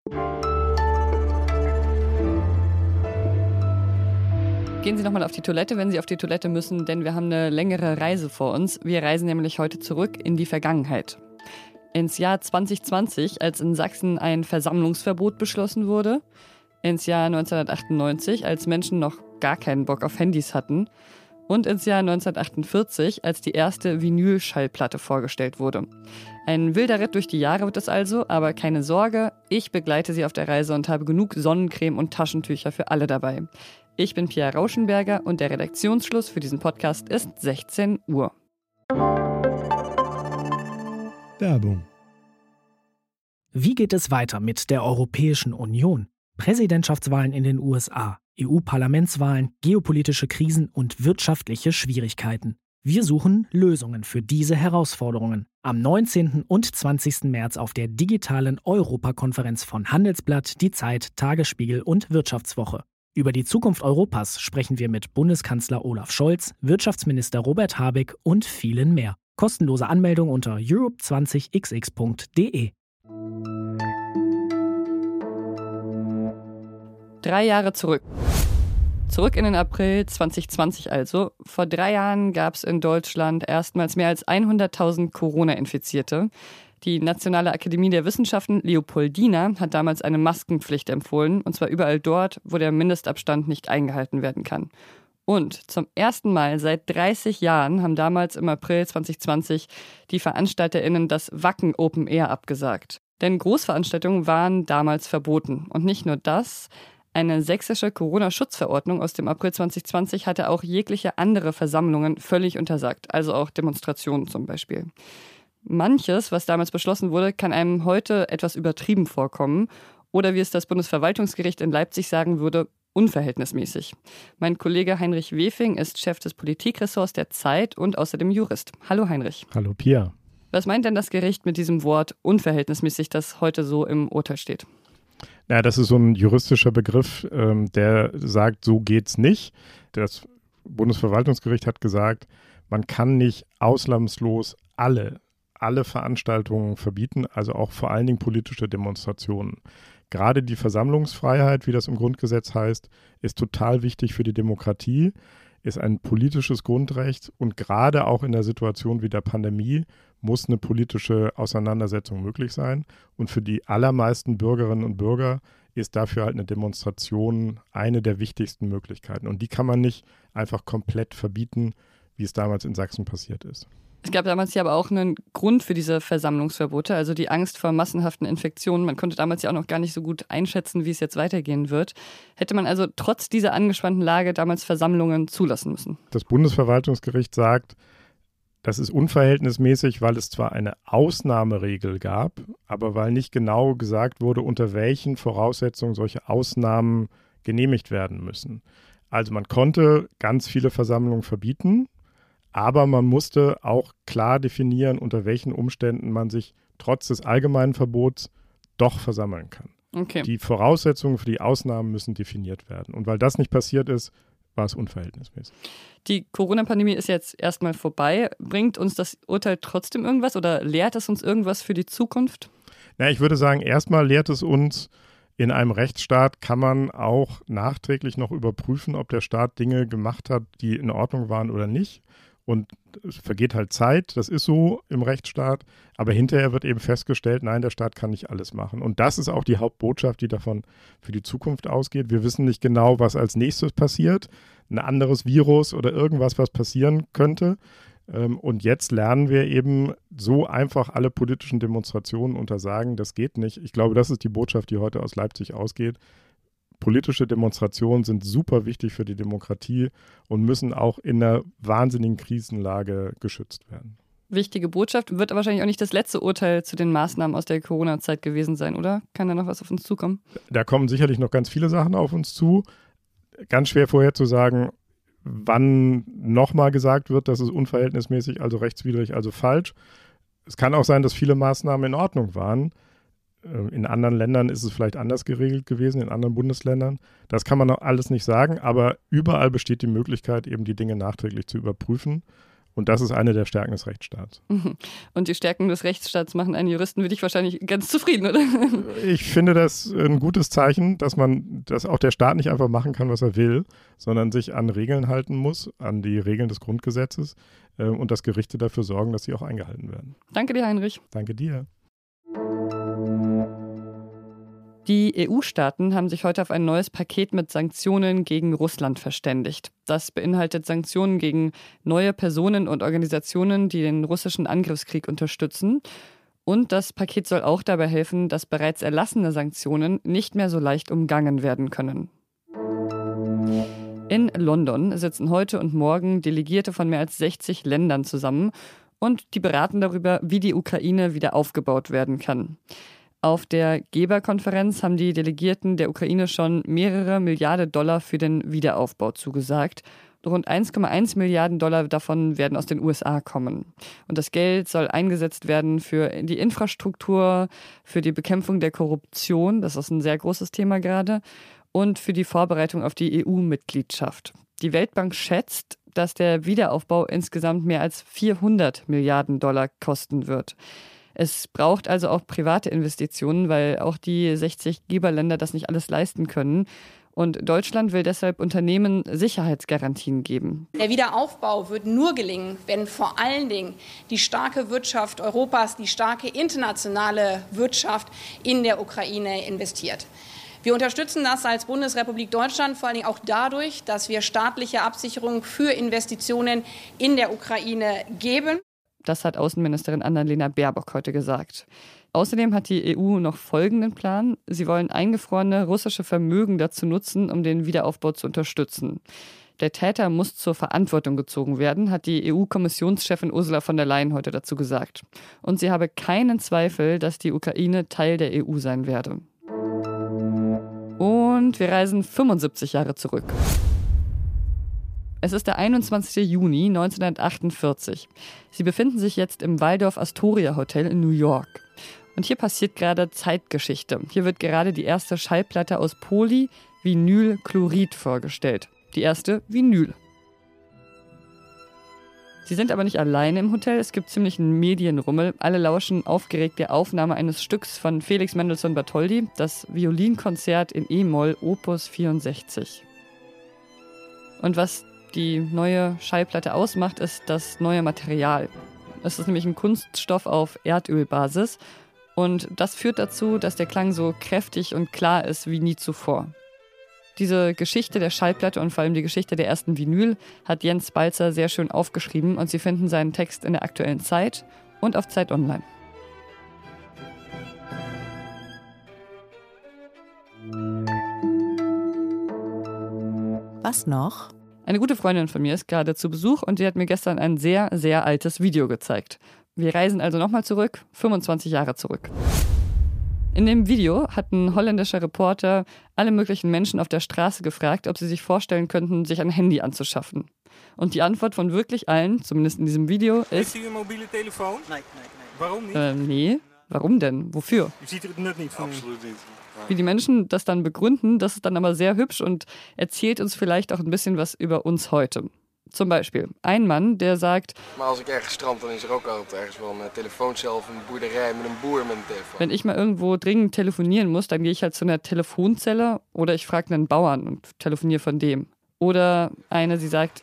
Gehen Sie nochmal auf die Toilette, wenn Sie auf die Toilette müssen, denn wir haben eine längere Reise vor uns. Wir reisen nämlich heute zurück in die Vergangenheit. Ins Jahr 2020, als in Sachsen ein Versammlungsverbot beschlossen wurde. Ins Jahr 1998, als Menschen noch gar keinen Bock auf Handys hatten. Und ins Jahr 1948, als die erste Vinylschallplatte vorgestellt wurde. Ein wilder Ritt durch die Jahre wird es also, aber keine Sorge, ich begleite Sie auf der Reise und habe genug Sonnencreme und Taschentücher für alle dabei. Ich bin Pia Rauschenberger und der Redaktionsschluss für diesen Podcast ist 16 Uhr. Werbung. Wie geht es weiter mit der Europäischen Union? Präsidentschaftswahlen in den USA, EU-Parlamentswahlen, geopolitische Krisen und wirtschaftliche Schwierigkeiten. Wir suchen Lösungen für diese Herausforderungen. Am 19. und 20. März auf der digitalen Europakonferenz von Handelsblatt, Die Zeit, Tagesspiegel und Wirtschaftswoche. Über die Zukunft Europas sprechen wir mit Bundeskanzler Olaf Scholz, Wirtschaftsminister Robert Habeck und vielen mehr. Kostenlose Anmeldung unter europe20xx.de. 3 Jahre zurück. Zurück in den April 2020 also. Vor 3 Jahren gab es in Deutschland erstmals mehr als 100.000 Corona-Infizierte. Die Nationale Akademie der Wissenschaften Leopoldina hat damals eine Maskenpflicht empfohlen, und zwar überall dort, wo der Mindestabstand nicht eingehalten werden kann. Und zum ersten Mal seit 30 Jahren haben damals im April 2020 die VeranstalterInnen das Wacken Open Air abgesagt. Denn Großveranstaltungen waren damals verboten. Und nicht nur das, eine sächsische Corona-Schutzverordnung aus dem April 2020 hatte auch jegliche andere Versammlungen völlig untersagt, also auch Demonstrationen zum Beispiel. Manches, was damals beschlossen wurde, kann einem heute etwas übertrieben vorkommen oder wie es das Bundesverwaltungsgericht in Leipzig sagen würde, unverhältnismäßig. Mein Kollege Heinrich Wefing ist Chef des Politikressorts der Zeit und außerdem Jurist. Hallo Heinrich. Hallo Pia. Was meint denn das Gericht mit diesem Wort unverhältnismäßig, das heute so im Urteil steht? Ja, das ist so ein juristischer Begriff, der sagt, so geht's nicht. Das Bundesverwaltungsgericht hat gesagt, man kann nicht ausnahmslos alle Veranstaltungen verbieten, also auch vor allen Dingen politische Demonstrationen. Gerade die Versammlungsfreiheit, wie das im Grundgesetz heißt, ist total wichtig für die Demokratie, ist ein politisches Grundrecht und gerade auch in der Situation wie der Pandemie muss eine politische Auseinandersetzung möglich sein. Und für die allermeisten Bürgerinnen und Bürger ist dafür halt eine Demonstration eine der wichtigsten Möglichkeiten. Und die kann man nicht einfach komplett verbieten, wie es damals in Sachsen passiert ist. Es gab damals ja aber auch einen Grund für diese Versammlungsverbote, also die Angst vor massenhaften Infektionen. Man konnte damals ja auch noch gar nicht so gut einschätzen, wie es jetzt weitergehen wird. Hätte man also trotz dieser angespannten Lage damals Versammlungen zulassen müssen? Das Bundesverwaltungsgericht sagt, das ist unverhältnismäßig, weil es zwar eine Ausnahmeregel gab, aber weil nicht genau gesagt wurde, unter welchen Voraussetzungen solche Ausnahmen genehmigt werden müssen. Also man konnte ganz viele Versammlungen verbieten, aber man musste auch klar definieren, unter welchen Umständen man sich trotz des allgemeinen Verbots doch versammeln kann. Okay. Die Voraussetzungen für die Ausnahmen müssen definiert werden. Und weil das nicht passiert ist, war es unverhältnismäßig. Die Corona-Pandemie ist jetzt erstmal vorbei. Bringt uns das Urteil trotzdem irgendwas oder lehrt es uns irgendwas für die Zukunft? Na, ich würde sagen, erstmal lehrt es uns, in einem Rechtsstaat kann man auch nachträglich noch überprüfen, ob der Staat Dinge gemacht hat, die in Ordnung waren oder nicht. Und es vergeht halt Zeit, das ist so im Rechtsstaat, aber hinterher wird eben festgestellt, nein, der Staat kann nicht alles machen. Und das ist auch die Hauptbotschaft, die davon für die Zukunft ausgeht. Wir wissen nicht genau, was als nächstes passiert, ein anderes Virus oder irgendwas, was passieren könnte. Und jetzt lernen wir eben so einfach alle politischen Demonstrationen untersagen, das geht nicht. Ich glaube, das ist die Botschaft, die heute aus Leipzig ausgeht. Politische Demonstrationen sind super wichtig für die Demokratie und müssen auch in einer wahnsinnigen Krisenlage geschützt werden. Wichtige Botschaft, wird wahrscheinlich auch nicht das letzte Urteil zu den Maßnahmen aus der Corona-Zeit gewesen sein, oder? Kann da noch was auf uns zukommen? Da kommen sicherlich noch ganz viele Sachen auf uns zu. Ganz schwer vorherzusagen, wann nochmal gesagt wird, das ist unverhältnismäßig, also rechtswidrig, also falsch. Es kann auch sein, dass viele Maßnahmen in Ordnung waren. In anderen Ländern ist es vielleicht anders geregelt gewesen, in anderen Bundesländern. Das kann man noch alles nicht sagen, aber überall besteht die Möglichkeit, eben die Dinge nachträglich zu überprüfen. Und das ist eine der Stärken des Rechtsstaats. Und die Stärken des Rechtsstaats machen einen Juristen wie dich wahrscheinlich ganz zufrieden, oder? Ich finde das ein gutes Zeichen, dass auch der Staat nicht einfach machen kann, was er will, sondern sich an Regeln halten muss, an die Regeln des Grundgesetzes und dass Gerichte dafür sorgen, dass sie auch eingehalten werden. Danke dir, Heinrich. Danke dir. Die EU-Staaten haben sich heute auf ein neues Paket mit Sanktionen gegen Russland verständigt. Das beinhaltet Sanktionen gegen neue Personen und Organisationen, die den russischen Angriffskrieg unterstützen. Und das Paket soll auch dabei helfen, dass bereits erlassene Sanktionen nicht mehr so leicht umgangen werden können. In London sitzen heute und morgen Delegierte von mehr als 60 Ländern zusammen und die beraten darüber, wie die Ukraine wieder aufgebaut werden kann. Auf der Geberkonferenz haben die Delegierten der Ukraine schon mehrere Milliarden Dollar für den Wiederaufbau zugesagt. Rund 1,1 Milliarden Dollar davon werden aus den USA kommen. Und das Geld soll eingesetzt werden für die Infrastruktur, für die Bekämpfung der Korruption, das ist ein sehr großes Thema gerade, und für die Vorbereitung auf die EU-Mitgliedschaft. Die Weltbank schätzt, dass der Wiederaufbau insgesamt mehr als 400 Milliarden Dollar kosten wird. Es braucht also auch private Investitionen, weil auch die 60 Geberländer das nicht alles leisten können. Und Deutschland will deshalb Unternehmen Sicherheitsgarantien geben. Der Wiederaufbau wird nur gelingen, wenn vor allen Dingen die starke Wirtschaft Europas, die starke internationale Wirtschaft in der Ukraine investiert. Wir unterstützen das als Bundesrepublik Deutschland vor allen Dingen auch dadurch, dass wir staatliche Absicherung für Investitionen in der Ukraine geben. Das hat Außenministerin Annalena Baerbock heute gesagt. Außerdem hat die EU noch folgenden Plan. Sie wollen eingefrorene russische Vermögen dazu nutzen, um den Wiederaufbau zu unterstützen. Der Täter muss zur Verantwortung gezogen werden, hat die EU-Kommissionschefin Ursula von der Leyen heute dazu gesagt. Und sie habe keinen Zweifel, dass die Ukraine Teil der EU sein werde. Und wir reisen 75 Jahre zurück. Es ist der 21. Juni 1948. Sie befinden sich jetzt im Waldorf Astoria Hotel in New York. Und hier passiert gerade Zeitgeschichte. Hier wird gerade die erste Schallplatte aus Polyvinylchlorid vorgestellt. Die erste Vinyl. Sie sind aber nicht alleine im Hotel, es gibt ziemlich einen Medienrummel. Alle lauschen aufgeregt der Aufnahme eines Stücks von Felix Mendelssohn Bartholdy, das Violinkonzert in E-Moll Opus 64. Und was die neue Schallplatte ausmacht, ist das neue Material. Es ist nämlich ein Kunststoff auf Erdölbasis und das führt dazu, dass der Klang so kräftig und klar ist wie nie zuvor. Diese Geschichte der Schallplatte und vor allem die Geschichte der ersten Vinyl hat Jens Balzer sehr schön aufgeschrieben und Sie finden seinen Text in der Aktuellen Zeit und auf Zeit Online. Was noch? Eine gute Freundin von mir ist gerade zu Besuch und sie hat mir gestern ein sehr, sehr altes Video gezeigt. Wir reisen also nochmal zurück, 25 Jahre zurück. In dem Video hat ein holländischer Reporter alle möglichen Menschen auf der Straße gefragt, ob sie sich vorstellen könnten, sich ein Handy anzuschaffen. Und die Antwort von wirklich allen, zumindest in diesem Video, ist... Heeft u een mobiele telefoon? Nee. Warum nicht? Nee. Warum denn? Wofür? Je ziet er het nut niet van. Absoluut niet. Wie die Menschen das dann begründen, das ist dann aber sehr hübsch und erzählt uns vielleicht auch ein bisschen was über uns heute. Zum Beispiel ein Mann, der sagt, Maar als ik ergens strand, dan is er ook altijd ergens wel een telefooncel of een boerderij met een boer met een telefoon. wenn ich mal irgendwo dringend telefonieren muss, dann gehe ich halt zu einer Telefonzelle oder ich frage einen Bauern und telefoniere von dem. Oder eine, sie sagt,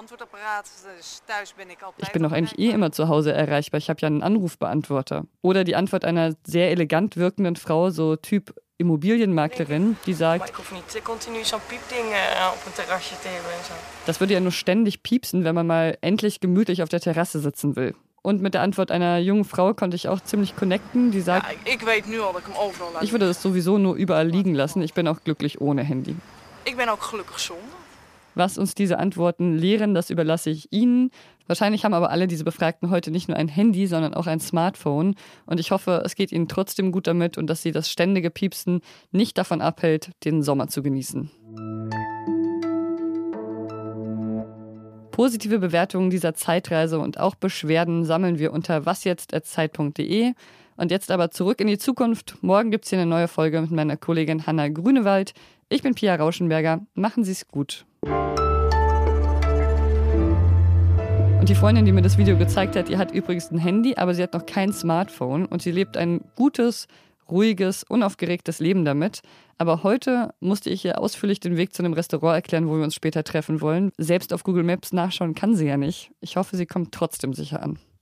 ich bin doch eigentlich immer zu Hause erreichbar, ich habe ja einen Anrufbeantworter. Oder die Antwort einer sehr elegant wirkenden Frau, so Typ Immobilienmaklerin, die sagt, ich hoef nicht continu zo'n piepding op een terrasje te hebben en so. Das würde ja nur ständig piepsen, wenn man mal endlich gemütlich auf der Terrasse sitzen will. Und mit der Antwort einer jungen Frau konnte ich auch ziemlich connecten, die sagt, Ja, ik weet nu al dat ik hem overal laat. ich würde das sowieso nur überall liegen lassen, ich bin auch glücklich ohne Handy. Ik ben ook gelukkig zonder. Was uns diese Antworten lehren, das überlasse ich Ihnen. Wahrscheinlich haben aber alle diese Befragten heute nicht nur ein Handy, sondern auch ein Smartphone. Und ich hoffe, es geht Ihnen trotzdem gut damit und dass Sie das ständige Piepsen nicht davon abhält, den Sommer zu genießen. Positive Bewertungen dieser Zeitreise und auch Beschwerden sammeln wir unter wasjetzt@zeit.de. Und jetzt aber zurück in die Zukunft. Morgen gibt es hier eine neue Folge mit meiner Kollegin Hanna Grünewald. Ich bin Pia Rauschenberger. Machen Sie es gut. Und die Freundin, die mir das Video gezeigt hat, die hat übrigens ein Handy, aber sie hat noch kein Smartphone und sie lebt ein gutes, ruhiges, unaufgeregtes Leben damit. Aber heute musste ich ihr ausführlich den Weg zu einem Restaurant erklären, wo wir uns später treffen wollen. Selbst auf Google Maps nachschauen kann sie ja nicht. Ich hoffe, sie kommt trotzdem sicher an.